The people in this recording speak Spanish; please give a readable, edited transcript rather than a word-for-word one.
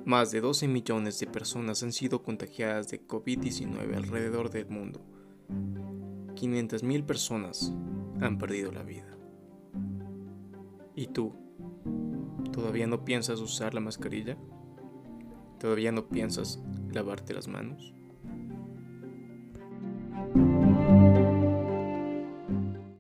Más de 12 millones de personas han sido contagiadas de COVID-19 alrededor del mundo. 500.000 personas han perdido la vida. ¿Y tú? ¿Todavía no piensas usar la mascarilla? ¿Todavía no piensas lavarte las manos?